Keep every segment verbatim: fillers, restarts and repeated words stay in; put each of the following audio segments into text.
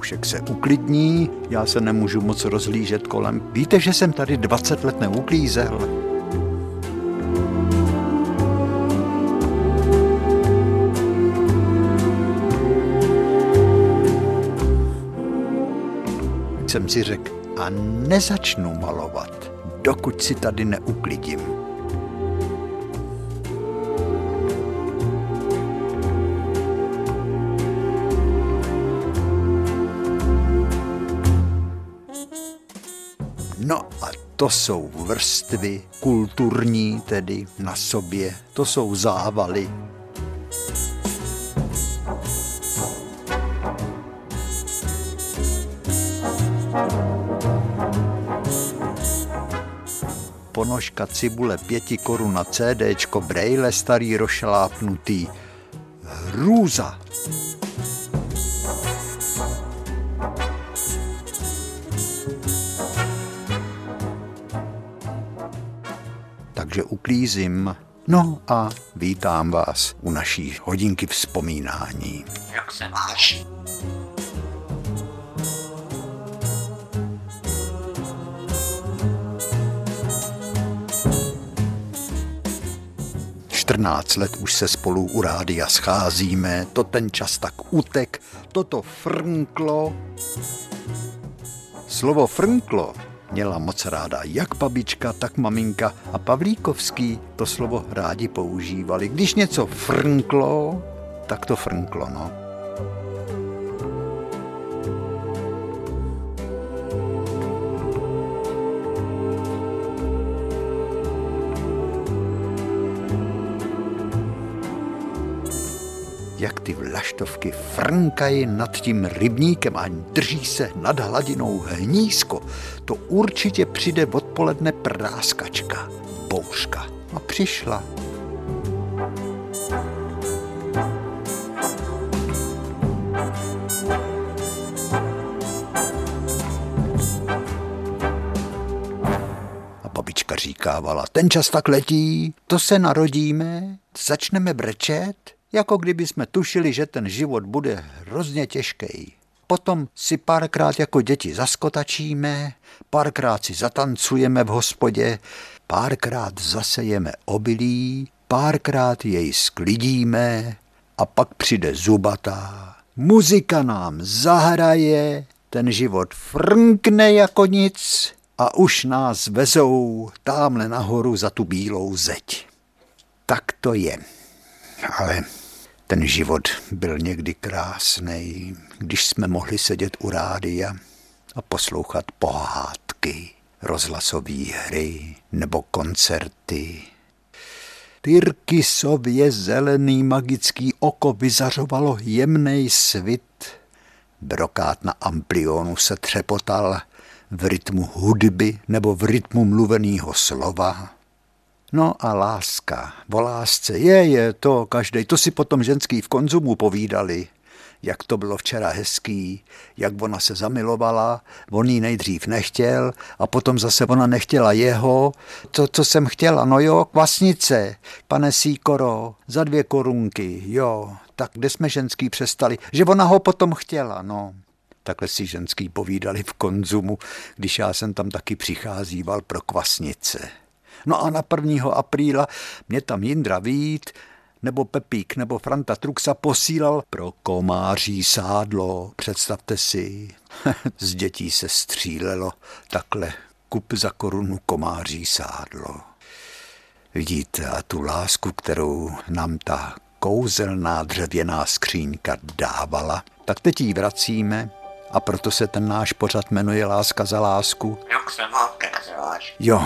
Papoušek se uklidní, já se nemůžu moc rozhlížet kolem. Víte, že jsem tady dvacet let neuklízel? Jsem si řekl, a nezačnu malovat, dokud si tady neuklidím. No a to jsou vrstvy kulturní, tedy na sobě, to jsou závaly. Ponožka cibule pěti korun na CDčko, brejle starý rošlápnutý. Hrůza. Takže uklízím. No a vítám vás u naší hodinky vzpomínání. Jak se máš? čtrnáct let už se spolu u rádia scházíme, to ten čas tak utek, toto frnklo. Slovo frnklo měla moc ráda jak babička, tak maminka a Pavlíkovský to slovo rádi používali. Když něco frnklo, tak to frnklo, no. Jak ty vlaštovky frnkají nad tím rybníkem a drží se nad hladinou hnízko, to určitě přijde odpoledne práskačka, bouřka. A přišla. A babička říkávala, ten čas tak letí, to se narodíme, začneme brečet, jako kdyby jsme tušili, že ten život bude hrozně těžký. Potom si párkrát jako děti zaskotačíme, párkrát si zatancujeme v hospodě, párkrát zasejeme obilí, párkrát jej sklidíme a pak přijde zubatá. Muzika nám zahraje, ten život frnkne jako nic a už nás vezou támhle nahoru za tu bílou zeď. Tak to je. Ale ten život byl někdy krásnej, když jsme mohli sedět u rádia a poslouchat pohádky, rozhlasové hry nebo koncerty. Tyrkysově zelený magický oko vyzařovalo jemnej svit. Brokát na amplionu se třepotal v rytmu hudby nebo v rytmu mluvenýho slova. No a láska, o lásce, je, je, to každej, to si potom ženský v Konzumu povídali, jak to bylo včera hezký, jak ona se zamilovala, on jí nejdřív nechtěl a potom zase ona nechtěla jeho, to, co jsem chtěla, no jo, kvasnice, pane Sýkoro, za dvě korunky, jo, tak kde jsme ženský přestali, že ona ho potom chtěla, no. Takhle si ženský povídali v Konzumu, když já jsem tam taky přicházíval pro kvasnice. No a na prvního apríla mě tam Jindra Vít, nebo Pepík, nebo Franta Truxa posílal pro komáří sádlo. Představte si, z dětí se střílelo takhle kup za korunu komáří sádlo. Vidíte, a tu lásku, kterou nám ta kouzelná dřevěná skříňka dávala, tak teď ji vracíme a proto se ten náš pořad jmenuje Láska za lásku. Jak se máte, nazýváš? Jo.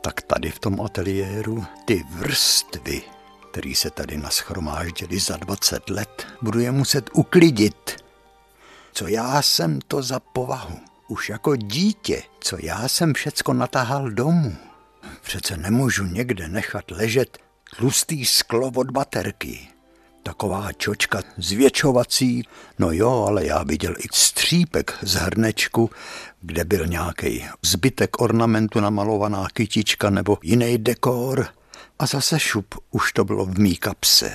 Tak tady v tom ateliéru ty vrstvy, které se tady nashromáždily za dvacet let, budu je muset uklidit. Co já jsem to za povahu? Už jako dítě, co já jsem všecko natahal domů. Přece nemůžu někde nechat ležet tlustý sklo od baterky. Taková čočka zvětšovací, no jo, ale já viděl i střípek z hrnečku, kde byl nějaký zbytek ornamentu, namalovaná kytička nebo jiný dekor. A zase šup, už to bylo v mý kapse.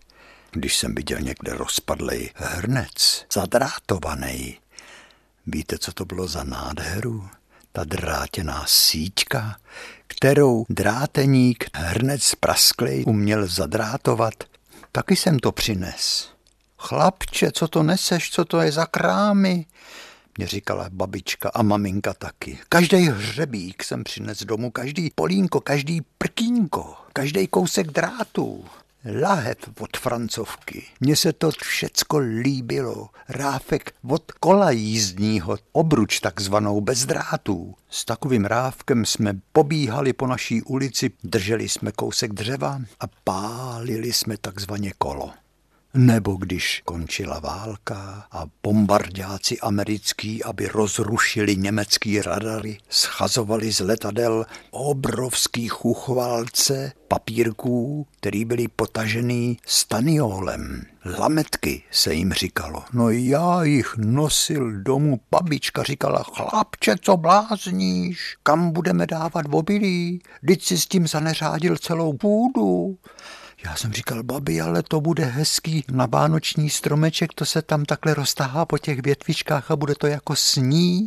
Když jsem viděl někde rozpadlej hrnec, zadrátovaný. Víte, co to bylo za nádheru? Ta drátěná síťka, kterou dráteník hrnec prasklej uměl zadrátovat. Taky jsem to přines. Chlapče, co to neseš, co to je za krámy? Mě říkala babička a maminka taky. Každý hřebík jsem přines domů, každý polínko, každý prkínko, každý kousek drátu. Lahev od Francovky. Mně se to všecko líbilo. Ráfek od kola jízdního, obruč takzvanou bez drátů. S takovým rávkem jsme pobíhali po naší ulici, drželi jsme kousek dřeva a pálili jsme takzvaně kolo. Nebo když končila válka a bombardáci americký, aby rozrušili německý radary, schazovali z letadel obrovský chuchvalce papírků, který byly potažený staniolem. Lametky se jim říkalo. No já jich nosil domů. Babička říkala, chlapče, co blázníš? Kam budeme dávat obilí? Vždyť si s tím zaneřádil celou půdu. Já jsem říkal, babi, ale to bude hezký na vánoční stromeček, to se tam takhle roztahá po těch větvičkách a bude to jako sníh.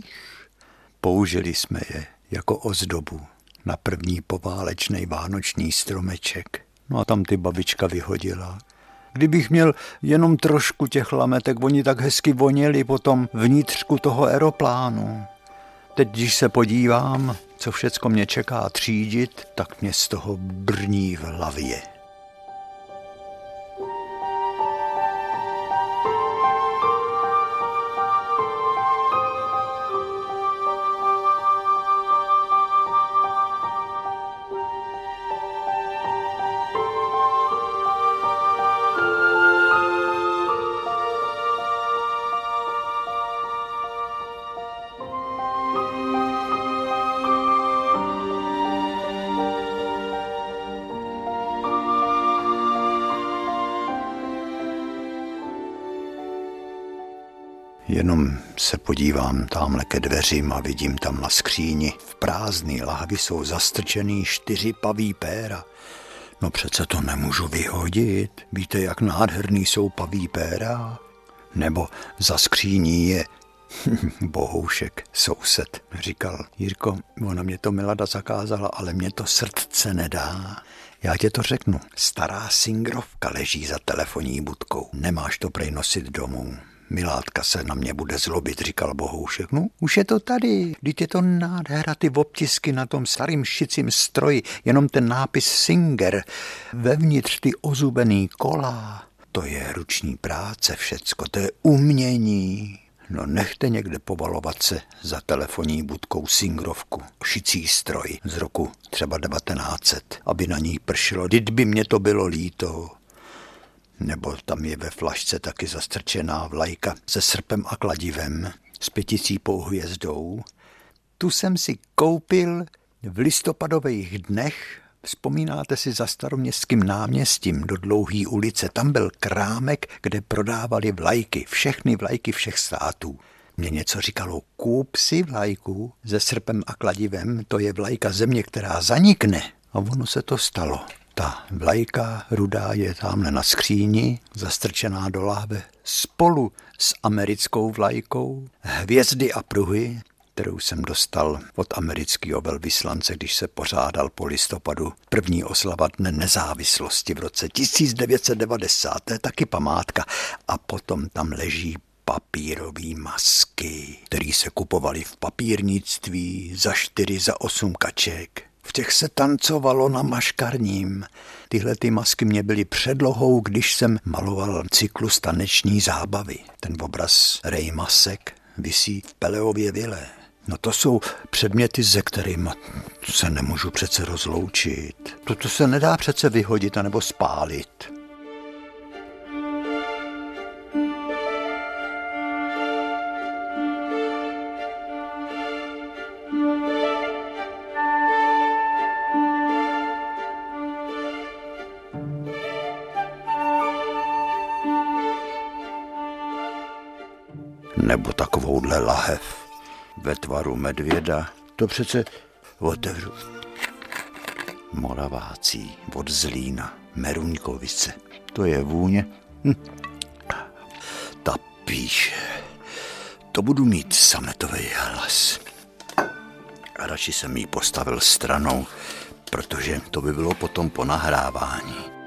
Použili jsme je jako ozdobu na první poválečný vánoční stromeček. No a tam ty babička vyhodila. Kdybych měl jenom trošku těch lametek, oni tak hezky voněli potom vnitřku toho aeroplánu. Teď, když se podívám, co všecko mě čeká třídit, tak mě z toho brní v hlavě. Jenom se podívám tamhle ke dveřím a vidím tam na skříni. V prázdný lahvi jsou zastrčený čtyři paví péra. No přece to nemůžu vyhodit. Víte, jak nádherný jsou paví péra? Nebo za skříní je Bohoušek, soused. Říkal, Jirko, ona mě to Milada zakázala, ale mě to srdce nedá. Já tě to řeknu. Stará singrovka leží za telefonní budkou. Nemáš to prej nosit domů. Milátka se na mě bude zlobit, říkal Bohoušek. No, už je to tady. Vždyť je to nádhera, ty obtisky na tom starým šicím stroji, jenom ten nápis Singer, vevnitř ty ozubený kola. To je ruční práce všecko, to je umění. No nechte někde povalovat se za telefonní budkou Singrovku, šicí stroj z roku třeba devatenáct set, aby na ní pršelo. Vždyť by mě to bylo líto. Nebo tam je ve flašce taky zastrčená vlajka se srpem a kladivem s pěticípou hvězdou. Tu jsem si koupil v listopadových dnech. Vzpomínáte si za Staroměstským náměstím do Dlouhý ulice. Tam byl krámek, kde prodávali vlajky, všechny vlajky všech států. Mně něco říkalo, koup si vlajku se srpem a kladivem, to je vlajka země, která zanikne. A ono se to stalo. Ta vlajka rudá je tamhle na skříni, zastrčená do láhve, spolu s americkou vlajkou, hvězdy a pruhy, kterou jsem dostal od amerického velvyslance, když se pořádal po listopadu první oslava Dne nezávislosti v roce tisíc devět set devadesát. To je taky památka. A potom tam leží papírový masky, které se kupovaly v papírnictví za čtyři, za osm kaček. V těch se tancovalo na maškarním. Tyhle ty masky mě byly předlohou, když jsem maloval cyklus taneční zábavy. Ten obraz Ray Masek visí v Peleově vile. No to jsou předměty, se kterými se nemůžu přece rozloučit. Toto se nedá přece vyhodit anebo spálit. Nebo takovouhle lahev ve tvaru medvěda, to přece otevřu. Moravácí od Zlína, Meruňkovice, to je vůně. Hm. Ta píše, to budu mít sametový hlas. A radši jsem jí postavil stranou, protože to by bylo potom po nahrávání.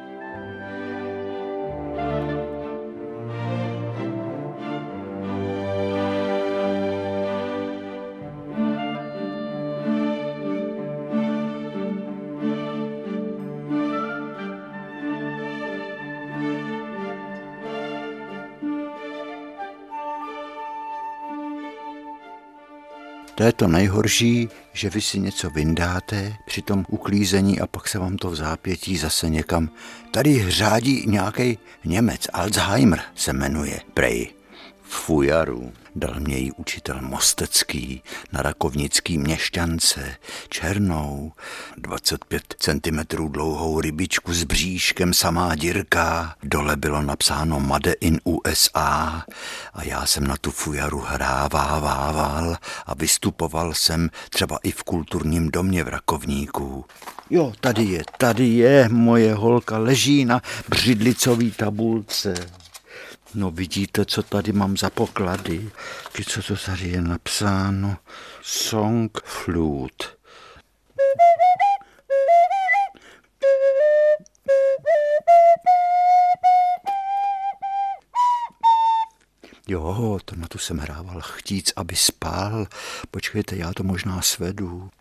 To je to nejhorší, že vy si něco vyndáte při tom uklízení a pak se vám to v zápětí zase někam. Tady hřádí nějaký Němec, Alzheimer se jmenuje, prej. Fujaru. Dal mě jí učitel Mostecký na rakovnický měšťance, černou, dvacet pět centimetrů dlouhou rybičku s bříškem, samá dírka, dole bylo napsáno Made in U S A a já jsem na tu fujaru hrávával a vystupoval jsem třeba i v kulturním domě v Rakovníku. Jo, tady je, tady je, moje holka leží na břidlicový tabulce. No vidíte, co tady mám za poklady. Co to tady je napsáno? Song flute. Jo, to na tu jsem hrával chtíc, aby spal. Počkejte, já to možná svedu.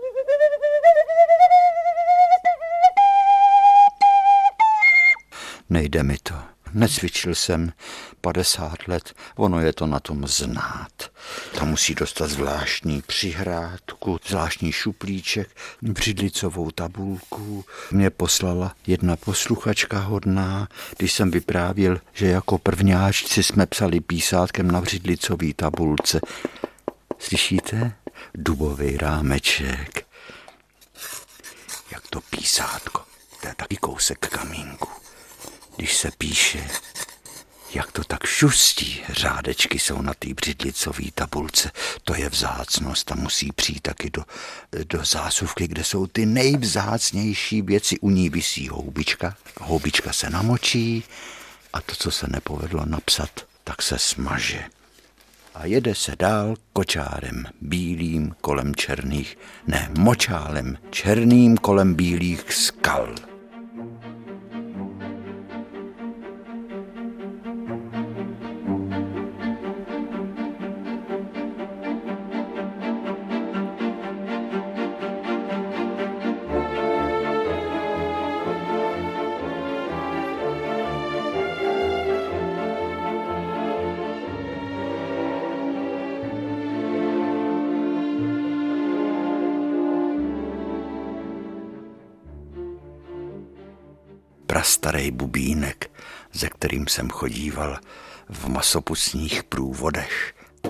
Nejde mi to. Necvičil jsem padesát let, ono je to na tom znát. Tam musí dostat zvláštní přihrádku, zvláštní šuplíček, břidlicovou tabulku. Mě poslala jedna posluchačka hodná, když jsem vyprávěl, že jako prvňáčci jsme psali písátkem na břidlicový tabulce. Slyšíte? Dubový rámeček. Jak to písátko, to je taky kousek kamínku. Když se píše, jak to tak šustí, řádečky jsou na té břidlicové tabulce, to je vzácnost a musí přijít taky do, do zásuvky, kde jsou ty nejvzácnější věci. U ní visí houbička, houbička se namočí a to, co se nepovedlo napsat, tak se smaže. A jede se dál kočárem bílým kolem černých, ne, močálem černým kolem bílých skal. Prastarej bubínek, ze kterým jsem chodíval v masopustních průvodech.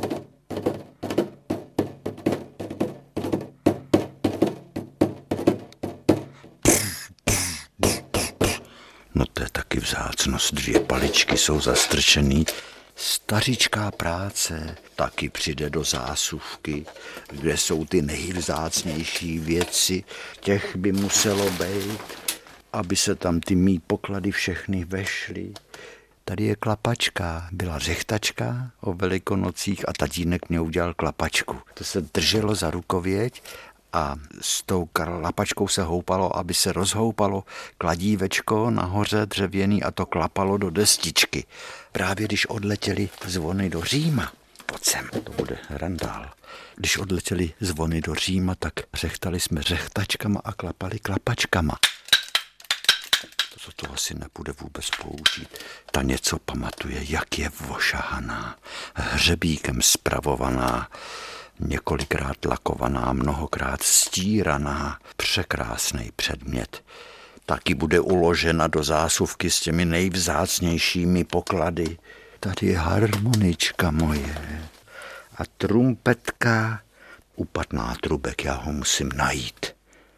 No to je taky vzácnost, dvě paličky jsou zastrčený. Stařičká práce taky přijde do zásuvky, kde jsou ty nejvzácnější věci, těch by muselo být, aby se tam ty mý poklady všechny vešly. Tady je klapačka, byla řechtačka o Velikonocích a tatínek mě udělal klapačku. To se drželo za rukověď a s tou klapačkou se houpalo, aby se rozhoupalo kladívečko nahoře dřevěný a to klapalo do destičky. Právě když odletěly zvony do Říma, pojď sem, to bude randál. Když odletěly zvony do Říma, tak řechtali jsme řechtačkama a klapali klapačkama. To asi nebude vůbec použít. Ta něco pamatuje, jak je vošahaná, hřebíkem spravovaná několikrát lakovaná, mnohokrát stíraná, překrásný předmět. Taky bude uložena do zásuvky s těmi nejvzácnějšími poklady. Tady je harmonička moje a trumpetka. Upad nátrubek, já ho musím najít.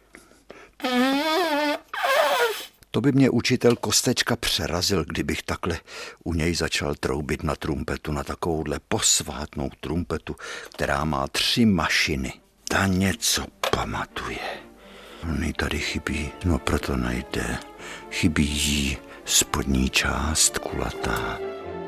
To by mě učitel Kostečka přerazil, kdybych takhle u něj začal troubit na trumpetu, na takovouhle posvátnou trumpetu, která má tři mašiny. Ta něco pamatuje. Oni tady chybí, no proto najde. Chybí jí spodní část kulatá.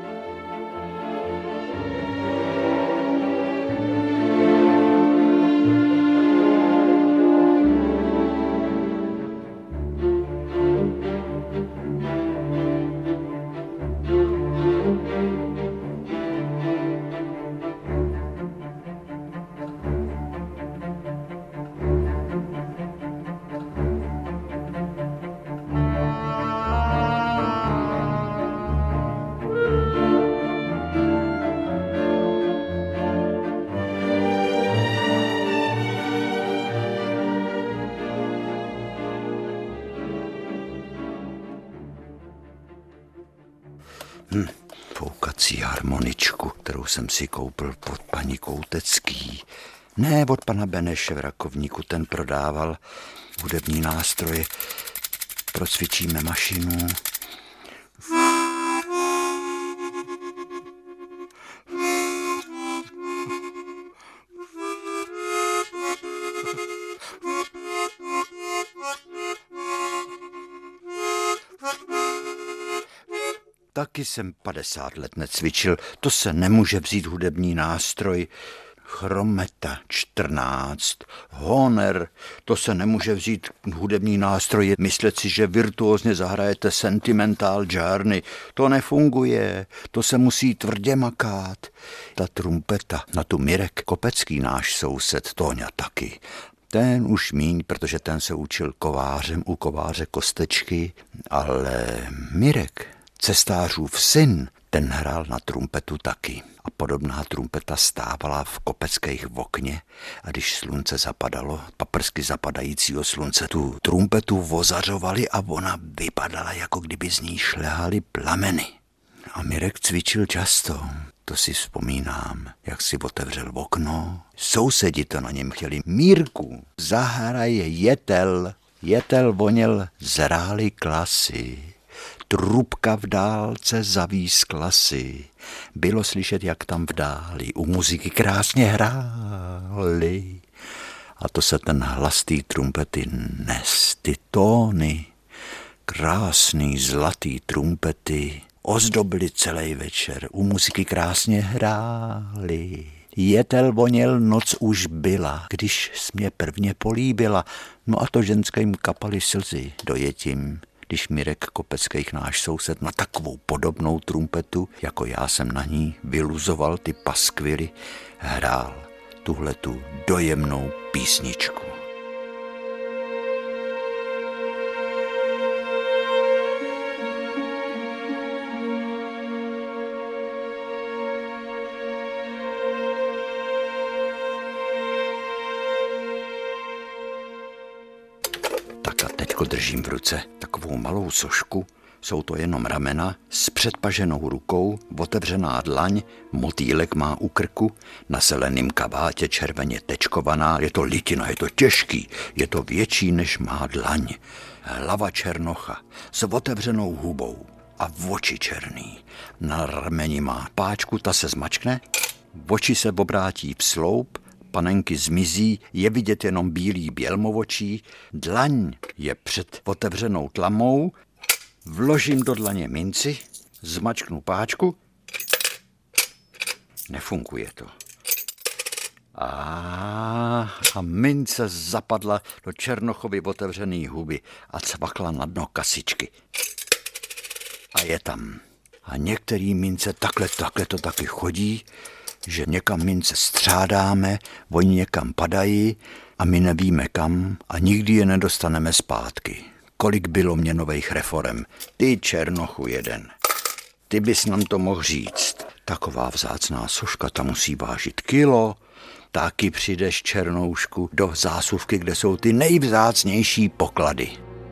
Hm, foukací harmoničku, kterou jsem si koupil od paní Koutecký. Ne, od pana Beneše v Rakovníku, ten prodával hudební nástroje. Procvičíme mašinu. Taky jsem padesát let necvičil, to se nemůže vzít hudební nástroj. Chrometa čtrnáct, Honer, to se nemůže vzít hudební nástroj. Myslet si, že virtuózně zahrajete Sentimental Journey, to nefunguje, to se musí tvrdě makat. Ta trumpeta, na tu Mirek Kopecký, náš soused, Tóňa taky. Ten už míň, protože ten se učil kovářem u kováře Kostečky, ale Mirek, cestářův syn, ten hrál na trumpetu taky. A podobná trumpeta stávala v kopeckých okně a když slunce zapadalo, paprsky zapadajícího slunce, tu trumpetu vozařovali a ona vypadala, jako kdyby z ní šlehaly plameny. A Mirek cvičil často. To si vzpomínám, jak si otevřel okno. Sousedi to na něm chtěli. Mírku, zahraje jetel. Jetel voněl zrály klasy. Trubka v dálce zavískla si. Bylo slyšet, jak tam v dáli u muziky krásně hráli. A to se ten hlas té trumpety nes, ty tóny, krásný zlatý trumpety, ozdobili celý večer, u muziky krásně hráli. Jetel voněl, noc už byla, když jsi mě prvně políbila, no a to ženským kapaly slzy dojetím. Když Mirek Kopeckých, náš soused, na takovou podobnou trumpetu, jako já jsem na ní vyluzoval ty paskvily, hrál tuhletu dojemnou písničku. Držím v ruce takovou malou sošku, jsou to jenom ramena, s předpaženou rukou, otevřená dlaň, motýlek má u krku, na zeleným kabátě červeně tečkovaná, je to litina, je to těžký, je to větší než má dlaň. Hlava černocha s otevřenou hubou a oči černý. Na rameni má páčku, ta se zmačkne, oči se obrátí v sloup, panenky zmizí, je vidět jenom bílý bělmovočí, dlaň je před otevřenou tlamou, vložím do dlaně minci, zmačknu páčku, nefunguje to. A, a mince zapadla do Černochovy otevřený huby a cvakla na dno kasičky. A je tam. A některý mince takhle, takhle to taky chodí, že někam mince střádáme, oni někam padají a my nevíme kam a nikdy je nedostaneme zpátky. Kolik bylo měnových reforem? Ty Černochu jeden. Ty bys nám to mohl říct. Taková vzácná soška, ta musí vážit kilo, taky přijdeš, Černoušku, do zásuvky, kde jsou ty nejvzácnější poklady.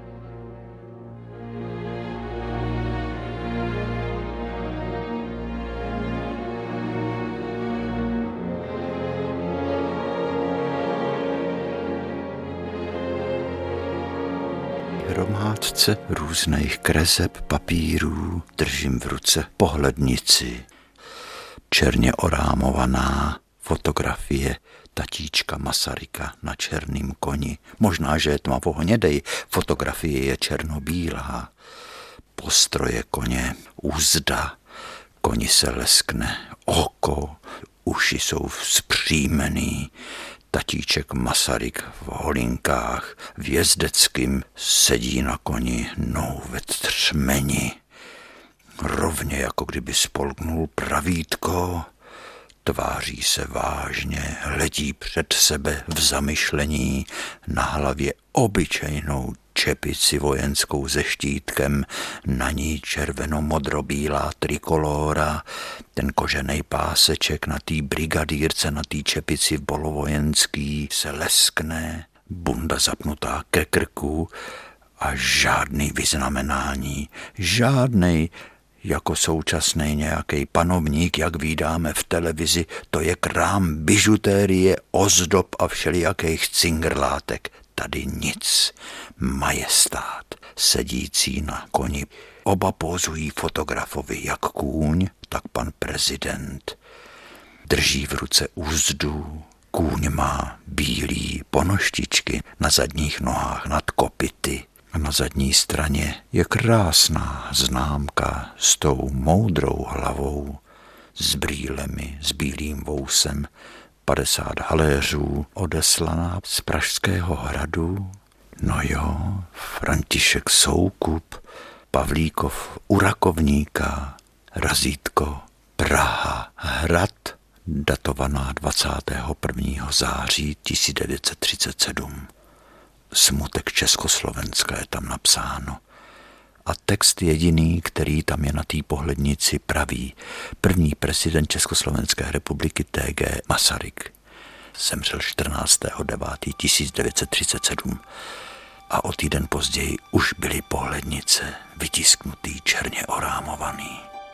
Hromádce různých kreseb, papírů, držím v ruce pohlednici. Černě orámovaná fotografie tatíčka Masaryka na černým koni. Možná, že je tmavohnědej, fotografie je černobílá. Postroje koně, úzda, koni se leskne oko, uši jsou vzpřímený. Tatíček Masaryk v holinkách, v jezdeckým, sedí na koni, nou ve třmeni. Rovně jako kdyby spolknul pravítko, tváří se vážně, hledí před sebe v zamyšlení, na hlavě obyčejnou čepici vojenskou se štítkem, na ní červeno-modrobílá trikolóra, ten koženej páseček na té brigadýrce, na té čepici v polovojenský se leskne, bunda zapnutá ke krku a žádný vyznamenání, žádnej jako současný nějaký panovník, jak vídáme v televizi, to je krám bižutérie, ozdob a všelijakých cingrlátek. Tady nic. Majestát, sedící na koni. Oba pózují fotografovi, jak kůň, tak pan prezident. Drží v ruce úzdu, kůň má bílý ponoštičky na zadních nohách nad kopyty. A na zadní straně je krásná známka s tou moudrou hlavou, s brýlemi, s bílým vousem, padesát haléřů odeslaná z Pražského hradu. No jo, František Soukup, Pavlíkov u Rakovníka, razítko Praha, hrad, datovaná dvacátého prvního září tisíc devět set třicet sedm. Smutek Československa je tam napsáno. A text jediný, který tam je na té pohlednici, praví: první prezident Československé republiky T G Masaryk zemřel čtrnáctého devátého tisíc devět set třicet sedm. A o týden později už byly pohlednice vytisknutý, černě orámovaný.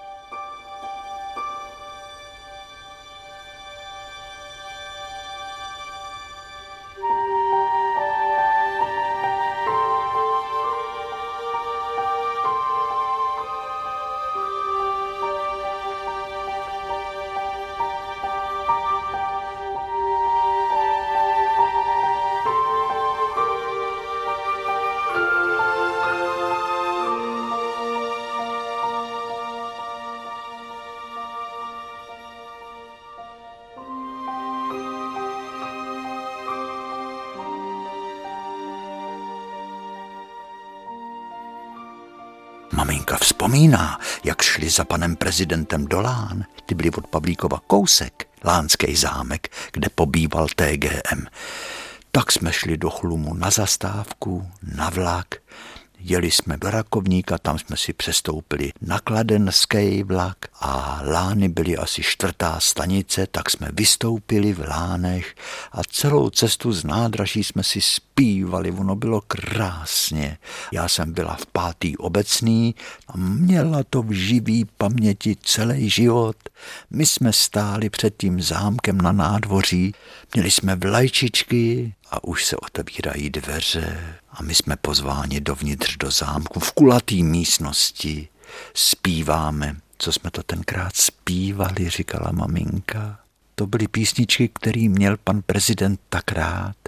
Maminka vzpomíná, jak šli za panem prezidentem do Lán. Ty byli od Pavlíkova kousek, Lánský zámek, kde pobýval T G M. Tak jsme šli do Chlumu na zastávku, na vlak. Jeli jsme do Rakovníka, tam jsme si přestoupili na kladenský vlak a Lány byly asi čtvrtá stanice, tak jsme vystoupili v Lánech a celou cestu z nádraží jsme si zpívali, ono bylo krásně. Já jsem byla v pátý obecný a měla to v živý paměti celý život. My jsme stáli před tím zámkem na nádvoří, měli jsme vlajčičky a už se otevírají dveře a my jsme pozváni dovnitř do zámku v kulatý místnosti. Zpíváme. Co jsme to tenkrát zpívali, říkala maminka. To byly písničky, který měl pan prezident tak rád.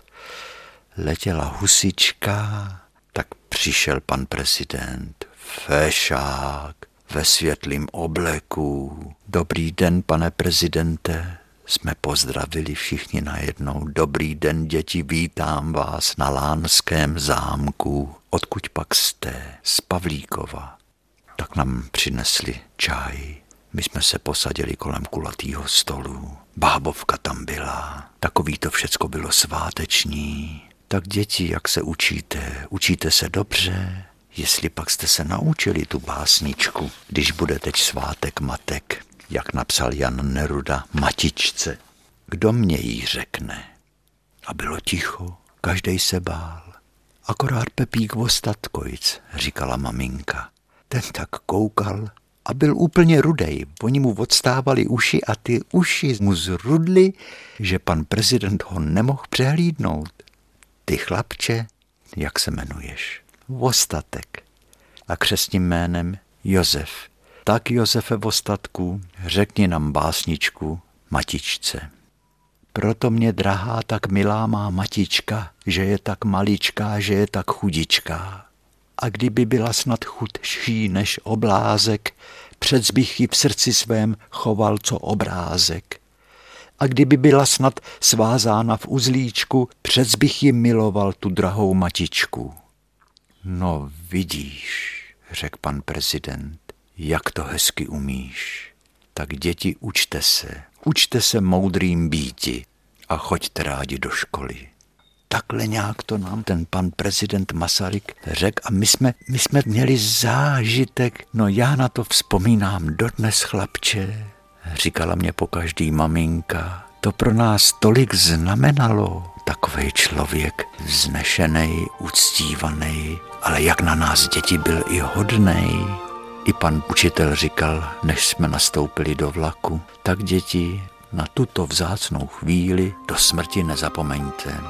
Letěla husička, tak přišel pan prezident. Fešák ve světlým obleku. Dobrý den, pane prezidente. Jsme pozdravili všichni najednou. Dobrý den, děti, vítám vás na Lánském zámku. Odkud pak jste? Z Pavlíkova. Tak nám přinesli čaj. My jsme se posadili kolem kulatýho stolu. Bábovka tam byla. Takový to všecko bylo sváteční. Tak děti, jak se učíte? Učíte se dobře? Jestli pak jste se naučili tu básničku, když bude teď svátek matek, jak napsal Jan Neruda Matičce. Kdo mě jí řekne? A bylo ticho, každej se bál. Akorát Pepík Vostatkojc, říkala maminka. Ten tak koukal a byl úplně rudej. Oni mu odstávaly uši a ty uši mu zrudly, že pan prezident ho nemohl přehlídnout. Ty chlapče, jak se jmenuješ? Vostatek. A křestním jménem Josef. Tak Josefe Vostatku, řekni nám básničku Matičce. Proto mě drahá tak milá má matička, že je tak maličká, že je tak chudičká. A kdyby byla snad chudší než oblázek, přec bych ji v srdci svém choval co obrázek. A kdyby byla snad svázána v uzlíčku, přec bych ji miloval tu drahou matičku. No vidíš, řekl pan prezident, jak to hezky umíš. Tak děti, učte se, učte se moudrým býti a choďte rádi do školy. Takhle nějak to nám ten pan prezident Masaryk řekl a my jsme, my jsme měli zážitek. No já na to vzpomínám dodnes, chlapče, říkala mě pokaždý maminka. To pro nás tolik znamenalo, takovej člověk vznešenej, uctívanej, ale jak na nás děti byl i hodnej. I pan učitel říkal, než jsme nastoupili do vlaku, tak děti, na tuto vzácnou chvíli do smrti nezapomeňte.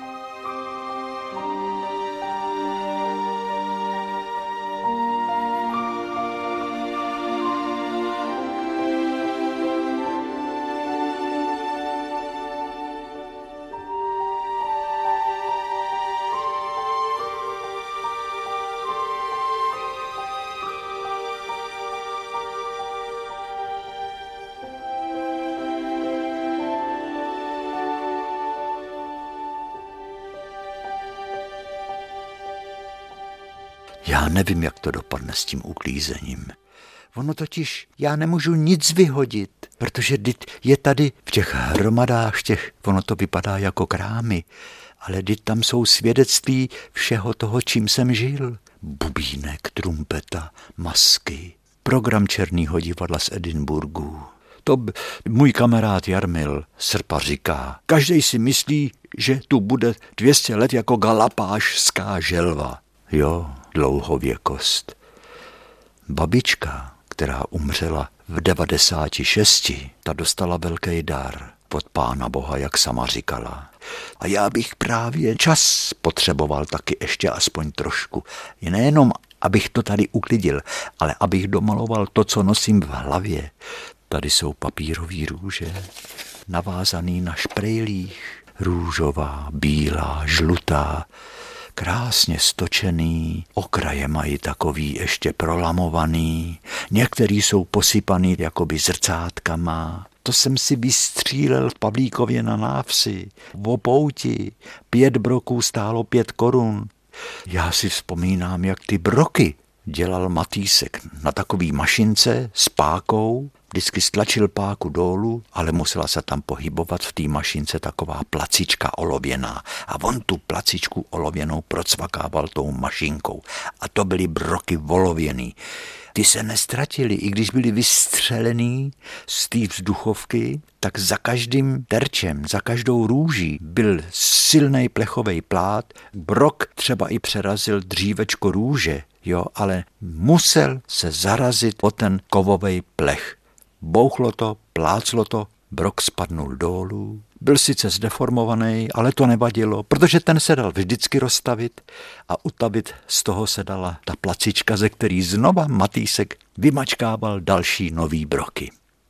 Já nevím, jak to dopadne s tím uklízením. Ono totiž, já nemůžu nic vyhodit, protože je tady v těch hromadách, těch, ono to vypadá jako krámy, ale tam jsou svědectví všeho toho, čím jsem žil. Bubínek, trumpeta, masky, program Černýho divadla z Edinburgu. To b- můj kamarád Jarmil Srpa říká, každej si myslí, že tu bude dvě stě let jako galapášská želva. Jo, dlouhověkost. Babička, která umřela v devadesáti šesti, ta dostala velký dar od Pána Boha, jak sama říkala. A já bych právě čas potřeboval taky ještě aspoň trošku. I nejenom, abych to tady uklidil, ale abych domaloval to, co nosím v hlavě. Tady jsou papírový růže, navázaný na šprejlích. Růžová, bílá, žlutá, krásně stočený, okraje mají takový ještě prolamovaný, některý jsou posypaný jakoby zrcátkama. To jsem si vystřílel v Pavlíkově na návsi, v Opouti, pět broků stálo pět korun. Já si vzpomínám, jak ty broky dělal Matýsek na takový mašince s pákou, vždycky stlačil páku dolů, ale musela se tam pohybovat v té mašince taková placička olověná. A on tu placičku olověnou procvakával tou mašinkou. A to byly broky olověný. Ty se nestratily, i když byly vystřelený z té vzduchovky, tak za každým terčem, za každou růží byl silnej plechovej plát. Brok třeba i přerazil dřívečko růže, jo, ale musel se zarazit o ten kovovej plech. Bouchlo to, pláclo to, brok spadnul dolů. Byl sice zdeformovaný, ale to nevadilo, protože ten se dal vždycky rozstavit a utavit z toho se dala ta placička, ze který znova Matýsek vymačkával další nový broky.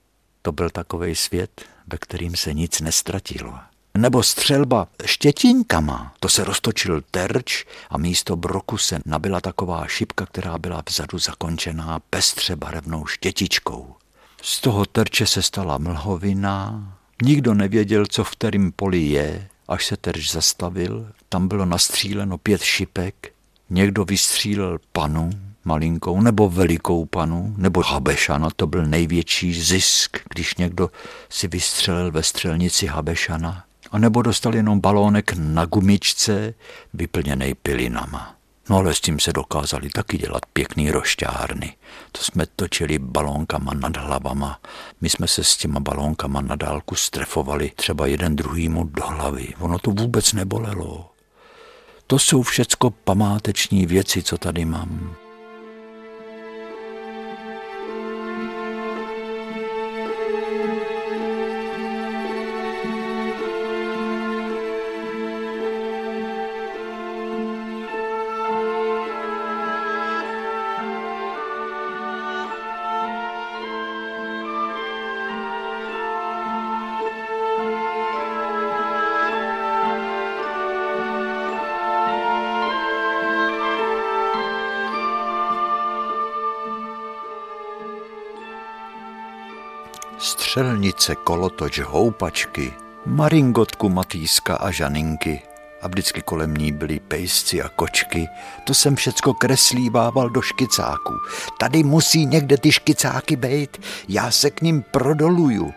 To byl takovej svět, ve kterým se nic nestratilo. Nebo střelba štětínkama, to se roztočil terč a místo broku se nabila taková šipka, která byla vzadu zakončená pestře barevnou štětičkou. Z toho terče se stala mlhovina, nikdo nevěděl, co v kterém poli je, až se terč zastavil, tam bylo nastříleno pět šipek, někdo vystřílel panu, malinkou nebo velikou panu, nebo habešana, to byl největší zisk, když někdo si vystřelil ve střelnici habešana, a nebo dostal jenom balónek na gumičce vyplněnej pilinama. No ale s tím se dokázali taky dělat pěkný rošťárny. To jsme točili balónkama nad hlavama. My jsme se s těma balónkama na dálku strefovali třeba jeden druhýmu do hlavy. Ono to vůbec nebolelo. To jsou všecko památeční věci, co tady mám. Střelnice, kolotoč, houpačky, maringotku Matýska a Žaninky a vždycky kolem ní byli pejsci a kočky. To jsem všecko kreslívával do škicáku. Tady musí někde ty škicáky bejt, já se k ním prodoluju.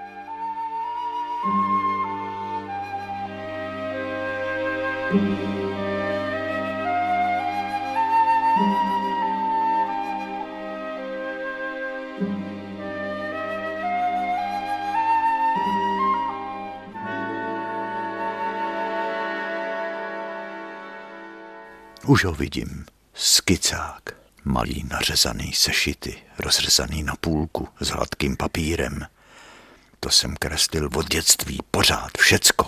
Už ho vidím. Skicák. Malý nařezaný sešity, rozřezaný na půlku s hladkým papírem. To jsem kreslil od dětství pořád, všecko.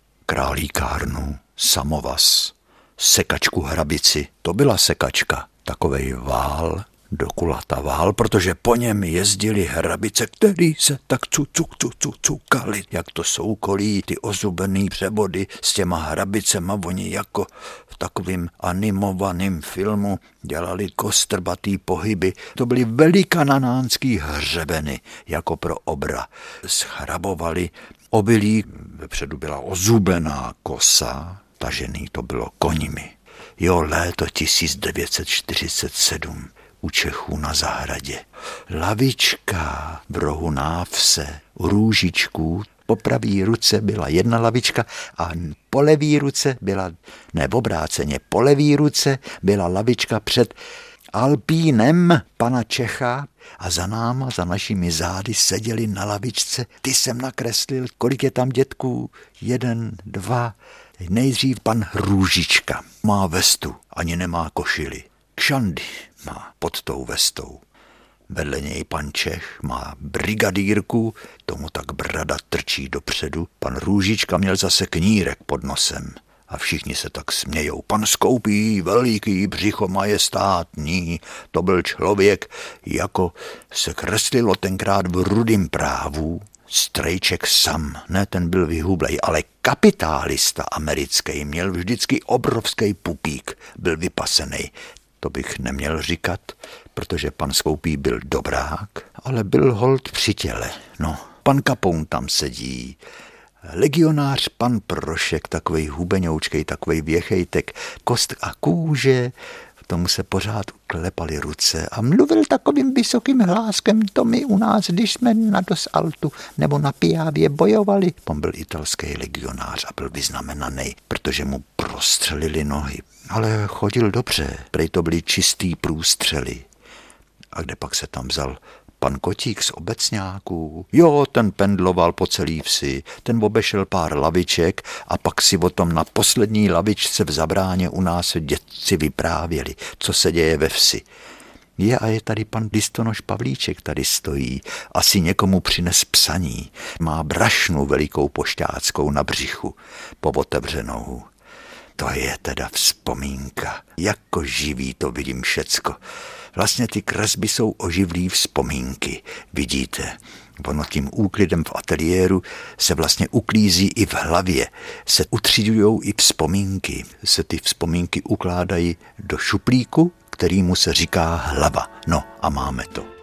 Králíkárnu, samovaz, sekačku hrabici, to byla sekačka, takovej vál, dokulata vál, protože po něm jezdili hrabice, který se tak cucuk, cucuk, cukali, jak to soukolí, ty ozubený přebody s těma hrabicema, oni jako v takovým animovaným filmu dělali kostrbatý pohyby. To byly velikanánský hřebeny, jako pro obra. Schrabovali obilí, vepředu byla ozubená kosa, tažený to bylo koňmi. Jo, léto tisíc devět set čtyřicet sedm. U Čechů na zahradě. Lavička v rohu návse, u růžičků. Po pravý ruce byla jedna lavička a po levý ruce byla, ne obráceně, po levý ruce byla lavička před Alpínem pana Čecha a za náma, za našimi zády seděli na lavičce. Ty jsem nakreslil, kolik je tam dětků? Jeden, dva. Nejdřív pan Růžička. Má vestu, ani nemá košili. Kšandy má pod tou vestou. Vedle něj pan Čech má brigadírku, tomu tak brada trčí dopředu. Pan Růžička měl zase knírek pod nosem. A všichni se tak smějou. Pan Skoupý, veliký břicho majestátní, to byl člověk, jako se kreslilo tenkrát v Rudým právu. Strejček Sam, ne, ten byl vyhublej, ale kapitálista americký, měl vždycky obrovský pupík, byl vypasený. To bych neměl říkat, protože pan Skoupý byl dobrák, ale byl holt při těle. No, pan Kapoun tam sedí, legionář pan Prošek, takovej hubeňoučkej, takovej věchejtek, kost a kůže, tomu se pořád klepali ruce a mluvil takovým vysokým hláskem, to my u nás, když jsme na Dosaltu nebo na Piavě bojovali. On byl italský legionář a byl vyznamenaný, protože mu prostřelili nohy. Ale chodil dobře, prej to byly čistý průstřely. A kde pak se tam vzal pan Kotík z Obecňáků? Jo, ten pendloval po celý vsi, ten obešel pár laviček a pak si o tom na poslední lavičce v Zabráně u nás dětci vyprávěli, co se děje ve vsi. Je a je tady pan listonoš Pavlíček, tady stojí, asi někomu přines psaní. Má brašnu velikou pošťáckou na břichu, povotevřenou. To je teda vzpomínka, jako živý to vidím všecko. Vlastně ty kresby jsou oživlý vzpomínky, vidíte. Ono tím úklidem v ateliéru se vlastně uklízí i v hlavě. Se utřidujou i vzpomínky. Se ty vzpomínky ukládají do šuplíku, kterýmu se říká hlava. No a máme to.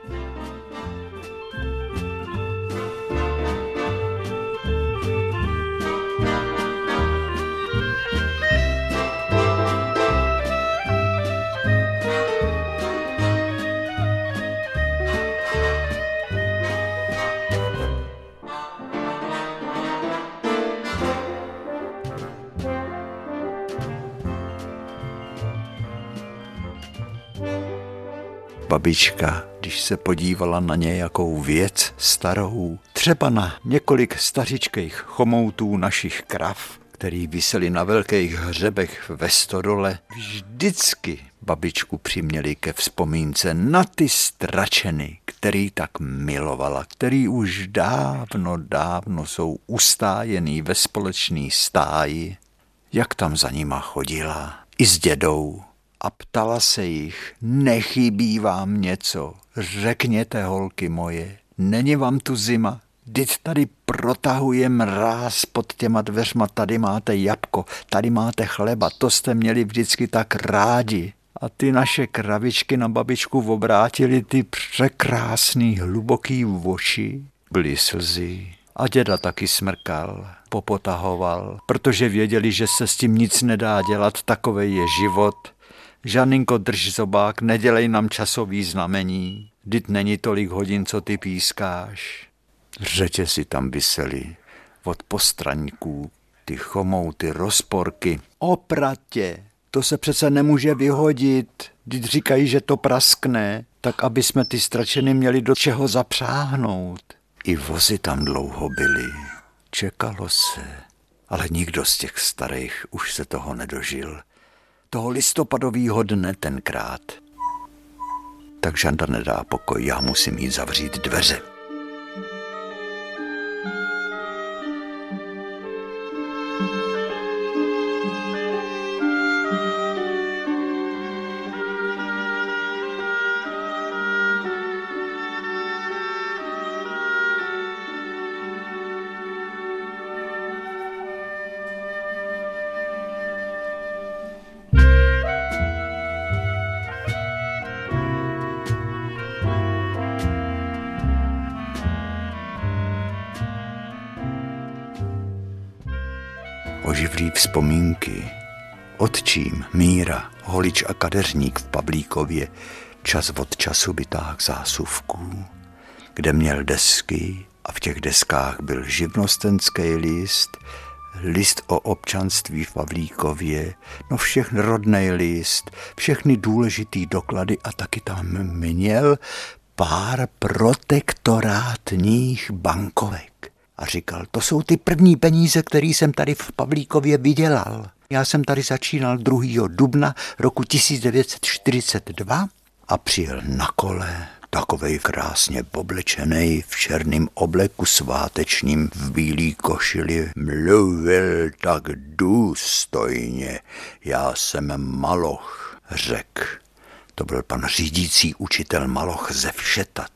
babička, když se podívala na nějakou věc starou, třeba na několik stařičkých chomoutů našich krav, který visely na velkých hřebech ve stodole, vždycky babičku přiměli ke vzpomínce na ty stračeny, který tak milovala, který už dávno, dávno jsou ustájený ve společný stáji, jak tam za nima chodila, i s dědou, a ptala se jich, nechybí vám něco, řekněte, holky moje, není vám tu zima? Vždyť tady protahuje mráz pod těma dveřma, tady máte jabko, tady máte chleba, to jste měli vždycky tak rádi. A ty naše kravičky na babičku obrátily ty překrásný hluboký oči, byly slzy. A děda taky smrkal, popotahoval, protože věděli, že se s tím nic nedá dělat, takovej je život. Žaninko, drž zobák, nedělej nám časový znamení, vždyť není tolik hodin, co ty pískáš. Řetězy tam visely od postraníků, ty chomouty, rozporky. Opratě, to se přece nemůže vyhodit, vždyť říkají, že to praskne, tak aby jsme ty stračeny měli do čeho zapřáhnout. I vozy tam dlouho byly, čekalo se, ale nikdo z těch starých už se toho nedožil. Toho listopadovýho dne tenkrát. Tak Žanda nedá pokoj, já musím jít zavřít dveře. Oživlí vzpomínky. Otčím, Míra, holič a kadeřník v Pavlíkově čas od času vytáhl zásuvků, kde měl desky a v těch deskách byl živnostenský list, list o občanství v Pavlíkově, no všechny rodnej list, všechny důležitý doklady a taky tam měl pár protektorátních bankovek. A říkal, to jsou ty první peníze, které jsem tady v Pavlíkově vydělal. Já jsem tady začínal druhého dubna roku tisíc devět set čtyřicet dva a přijel na kole, takovej krásně oblečenej v černém obleku svátečním v bílý košili. Mluvil tak důstojně, já jsem Maloch, řek. To byl pan řídící učitel Maloch ze Všetat.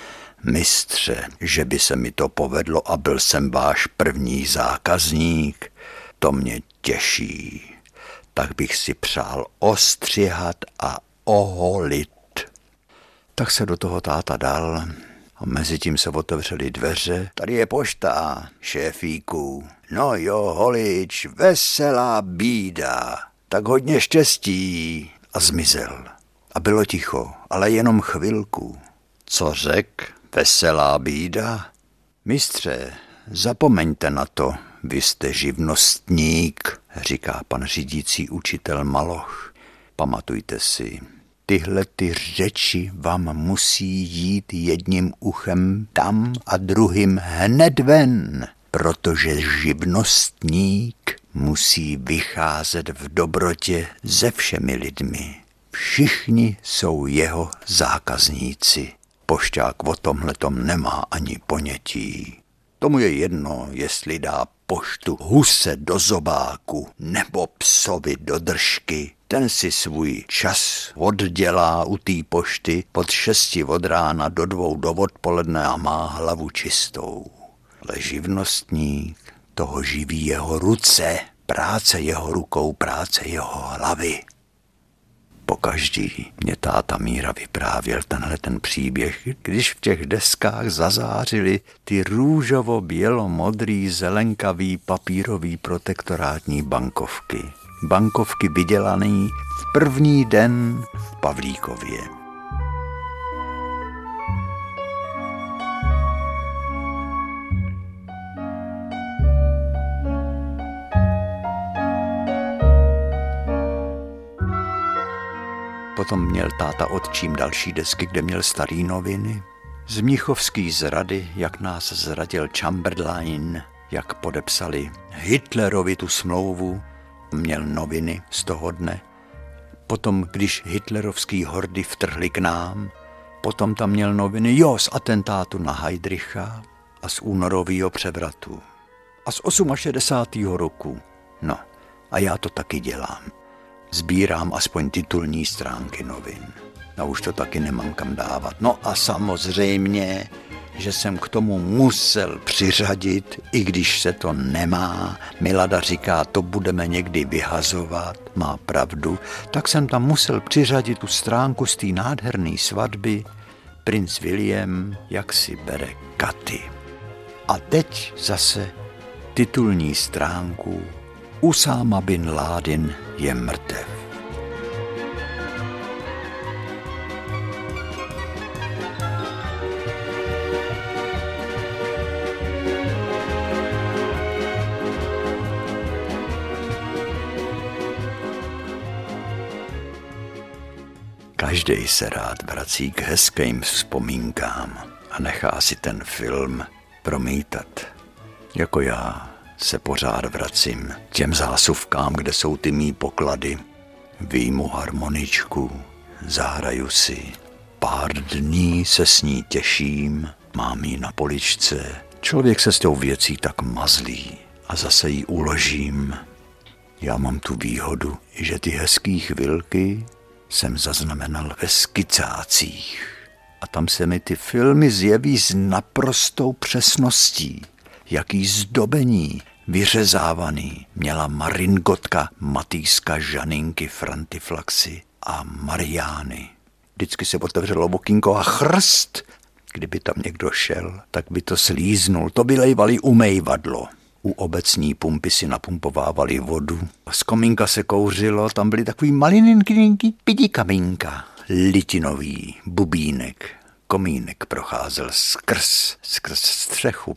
Mistře, že by se mi to povedlo a byl jsem váš první zákazník, to mě těší. Tak bych si přál ostřihat a oholit. Tak se do toho táta dal a mezi tím se otevřely dveře. Tady je pošta, šéfíku. No jo, holič, veselá bída. Tak hodně štěstí. A zmizel. A bylo ticho, ale jenom chvilku. Co řek? Veselá bída? Mistře, zapomeňte na to, vy jste živnostník, říká pan řídící učitel Maloch. Pamatujte si, tyhle ty řeči vám musí jít jedním uchem tam a druhým hned ven, protože živnostník musí vycházet v dobrotě se všemi lidmi. Všichni jsou jeho zákazníci. Pošťák o tomhletom nemá ani ponětí. Tomu je jedno, jestli dá poštu huse do zobáku nebo psovi do držky. Ten si svůj čas oddělá u té pošty od šesti od rána do dvou do odpoledne a má hlavu čistou. Ale živnostník, toho živí jeho ruce, práce jeho rukou, práce jeho hlavy. Pokaždý mě táta Míra vyprávěl tenhle ten příběh, když v těch deskách zazářily ty růžovo-bělo-modrý zelenkavý papírový protektorátní bankovky. Bankovky vydělaný v první den v Pavlíkově. Potom měl táta otčím další desky, kde měl starý noviny. Z Mnichovský zrady, jak nás zradil Chamberlain, jak podepsali Hitlerovi tu smlouvu, měl noviny z toho dne. Potom, když hitlerovský hordy vtrhli k nám, potom tam měl noviny, jo, z atentátu na Heydricha a z únorového převratu. A z šedesátého osmého roku. No, a já to taky dělám. Sbírám aspoň titulní stránky novin. A už to taky nemám kam dávat. No a samozřejmě, že jsem k tomu musel přiřadit, i když se to nemá. Milada říká, to budeme někdy vyhazovat, má pravdu. Tak jsem tam musel přiřadit tu stránku z té nádherné svatby. Princ William, jak si bere Katy. A teď zase titulní stránku Usáma bin Ládin je mrtev. Každej se rád vrací k hezkým vzpomínkám a nechá si ten film promítat. Jako já se pořád vracím k těm zásuvkám, kde jsou ty mý poklady. Vyjmu harmoničku, zahraju si. Pár dní se s ní těším, mám ji na poličce. Člověk se s tou věcí tak mazlí a zase ji uložím. Já mám tu výhodu, že ty hezký chvilky jsem zaznamenal ve skicácích. A tam se mi ty filmy zjeví s naprostou přesností. Jaký zdobení vyřezávaný měla Maringotka, Matýska, Žaninky, Frantiflaxy a Mariány. Vždycky se otevřelo okýnko a chrst. Kdyby tam někdo šel, tak by to slíznul. To vylejvali umejvadlo. U obecní pumpy si napumpovávali vodu. Z komínka se kouřilo, tam byly takový malinký pidi kamínka. Litinový bubínek. Komínek procházel skrz, skrz střechu.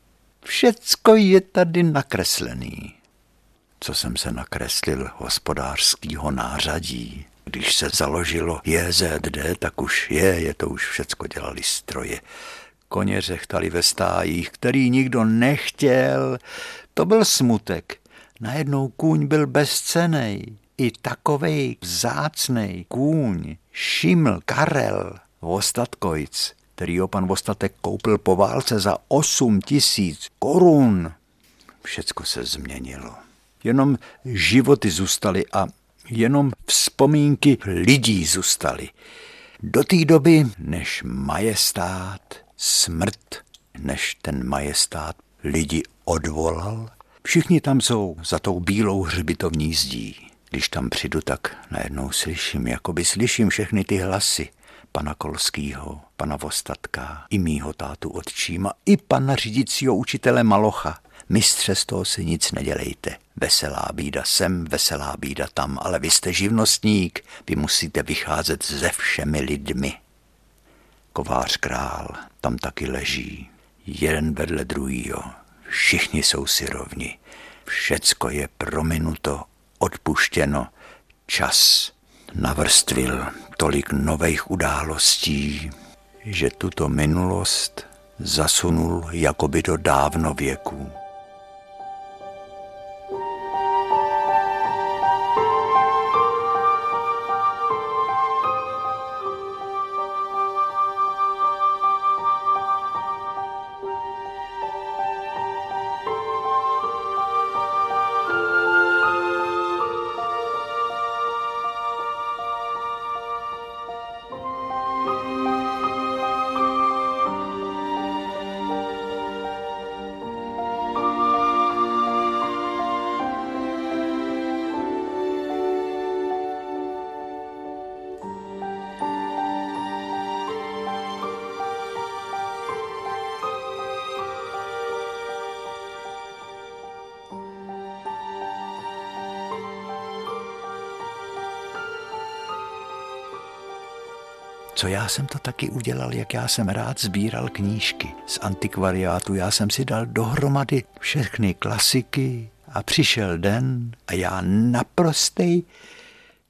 Všecko je tady nakreslený. Co jsem se nakreslil hospodářskýho nářadí. Když se založilo J Z D, tak už je, je to už všecko dělali stroje. Koně řechtali ve stájích, který nikdo nechtěl. To byl smutek. Najednou kůň byl bezcennej. I takovej vzácnej kůň, Šiml Karel Vostatkojc, který ho pan Vostatek koupil po válce za osm tisíc korun. Všecko se změnilo. Jenom životy zůstaly a jenom vzpomínky lidí zůstaly. Do té doby, než majestát, smrt, než ten majestát lidi odvolal, všichni tam jsou za tou bílou hřbitovní zdí. Když tam přijdu, tak najednou slyším, jakoby slyším všechny ty hlasy. Pana Kolskýho, pana Vostatka, i mýho tátu otčíma, i pana řídícího učitele Malocha. Mistře, z toho si nic nedělejte. Veselá bída sem, veselá bída tam, ale vy jste živnostník, vy musíte vycházet se všemi lidmi. Kovář král tam taky leží, jeden vedle druhýho. Všichni jsou si rovni. Všecko je prominuto, odpuštěno. Čas navrstvil tolik nových událostí, že tuto minulost zasunul jakoby do dávnověku. Co já jsem to taky udělal, jak já jsem rád sbíral knížky z antikvariátu. Já jsem si dal dohromady všechny klasiky a přišel den a já naprostej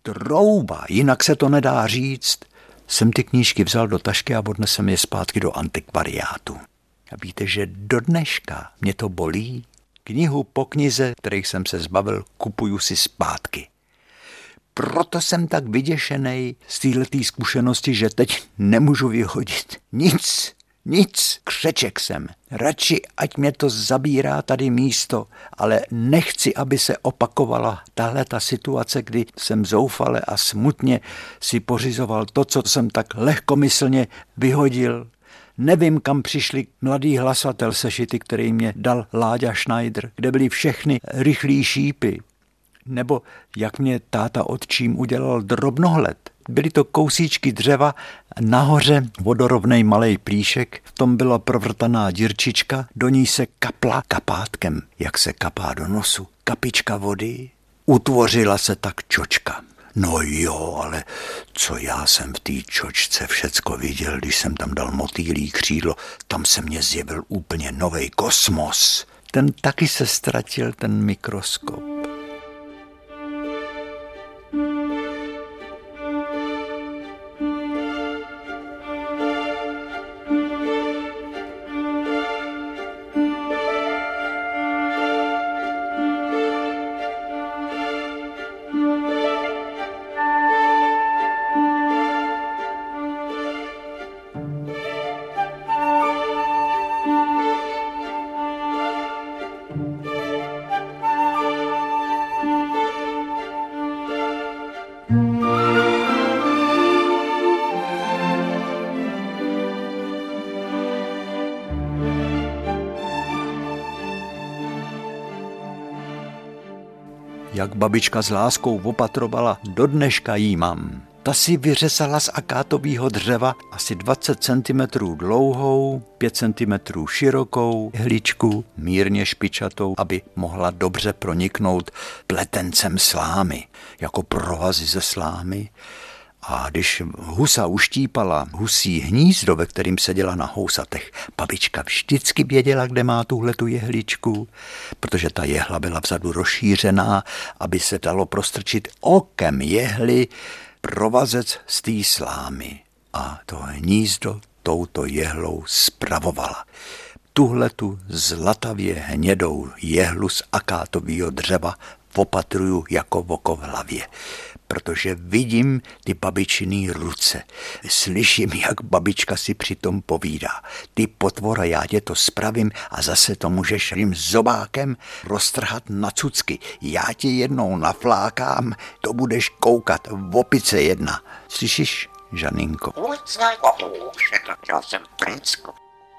Trouba, jinak se to nedá říct. Jsem ty knížky vzal do tašky a odnesem je zpátky do antikvariátu. A víte, že do dneška mě to bolí? Knihu po knize, kterých jsem se zbavil, kupuju si zpátky. Proto jsem tak vyděšenej z téhletý zkušenosti, že teď nemůžu vyhodit nic, nic, křeček jsem. Radši, ať mě to zabírá tady místo, ale nechci, aby se opakovala tahle ta situace, kdy jsem zoufale a smutně si pořizoval to, co jsem tak lehkomyslně vyhodil. Nevím, kam přišli mladý hlasatel sešity, který mě dal Láďa Schneider, kde byly všechny rychlý šípy. Nebo jak mě táta otčím udělal drobnohled. Byly to kousíčky dřeva, nahoře vodorovnej malej plíšek, v tom byla provrtaná dírčička, do ní se kapla kapátkem, jak se kapá do nosu. Kapička vody, utvořila se tak čočka. No jo, ale co já jsem v té čočce všecko viděl, když jsem tam dal motýlí křídlo, tam se mně zjevil úplně novej kosmos. Ten taky se ztratil, ten mikroskop. Jak babička s láskou opatrovala, do dneška jí mám. Ta si vyřezala z akátového dřeva asi dvacet centimetrů dlouhou, pět centimetrů širokou jehličku, mírně špičatou, aby mohla dobře proniknout pletencem slámy, jako provazy ze slámy. A když husa uštípala husí hnízdo, ve kterým seděla na housatech, babička vždycky věděla, kde má tuhletu jehličku, protože ta jehla byla vzadu rozšířená, aby se dalo prostrčit okem jehly provazec z té slámy. A to hnízdo touto jehlou spravovala. Tuhletu zlatavě hnědou jehlu z akátového dřeva opatruju jako voko v hlavě, protože vidím ty babičiný ruce. Slyším, jak babička si přitom povídá. Ty potvora, já tě to spravím a zase to můžeš tím zobákem roztrhat na cucky. Já tě jednou naflákám, to budeš koukat, v opice jedna. Slyšíš, Žaninko? Chtěl jsem pricku.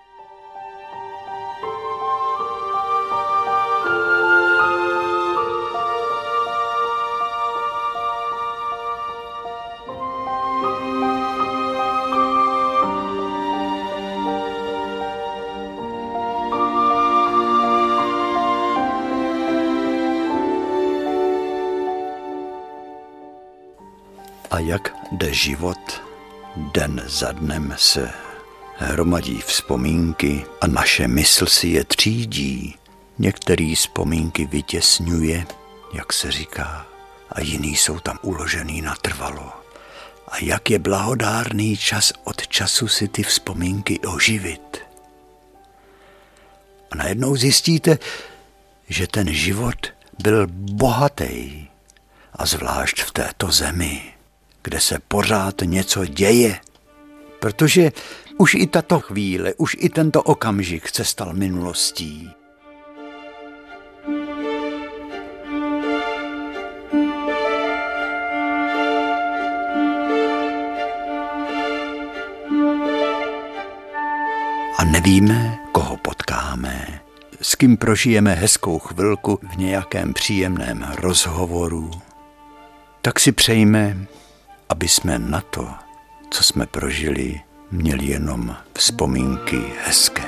A jak jde život, den za dnem se hromadí vzpomínky a naše mysl si je třídí. Některé vzpomínky vytěsňuje, jak se říká, a jiný jsou tam uložený natrvalo. A jak je blahodárný čas od času si ty vzpomínky oživit. A najednou zjistíte, že ten život byl bohatý, a zvlášť v této zemi, kde se pořád něco děje, protože už i tato chvíle, už i tento okamžik se stal minulostí. A nevíme, koho potkáme, s kým prožijeme hezkou chvilku v nějakém příjemném rozhovoru, tak si přejme, aby jsme na to, co jsme prožili, měli jenom vzpomínky hezké.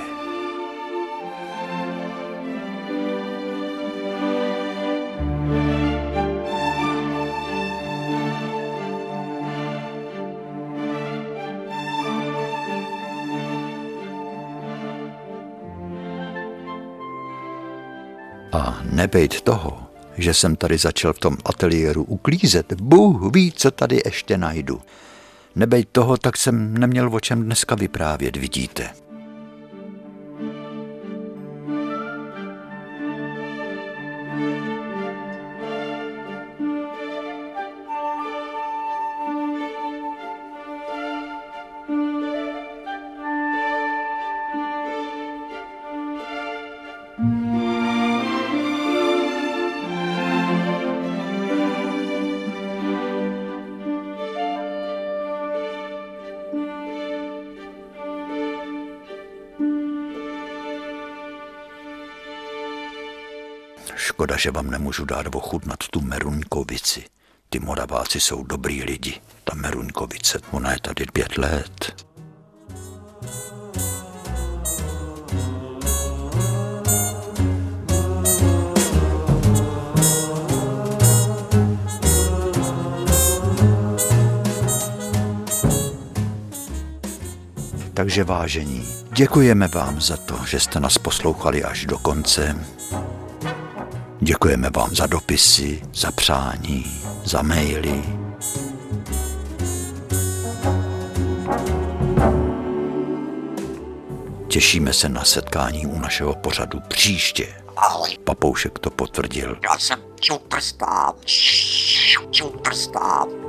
A nebejt toho, že jsem tady začal v tom ateliéru uklízet. Bůh ví, co tady ještě najdu. Nebejt toho, tak jsem neměl o čem dneska vyprávět, vidíte. Škoda, že vám nemůžu dát ochutnat tu Meruňkovici. Ty Moraváci jsou dobrý lidi. Ta Meruňkovice, ona je tady pět let. Takže vážení, děkujeme vám za to, že jste nás poslouchali až do konce. Děkujeme vám za dopisy, za přání, za maily. Těšíme se na setkání u našeho pořadu příště. Ahoj. Papoušek to potvrdil. Já jsem superstar. Superstar.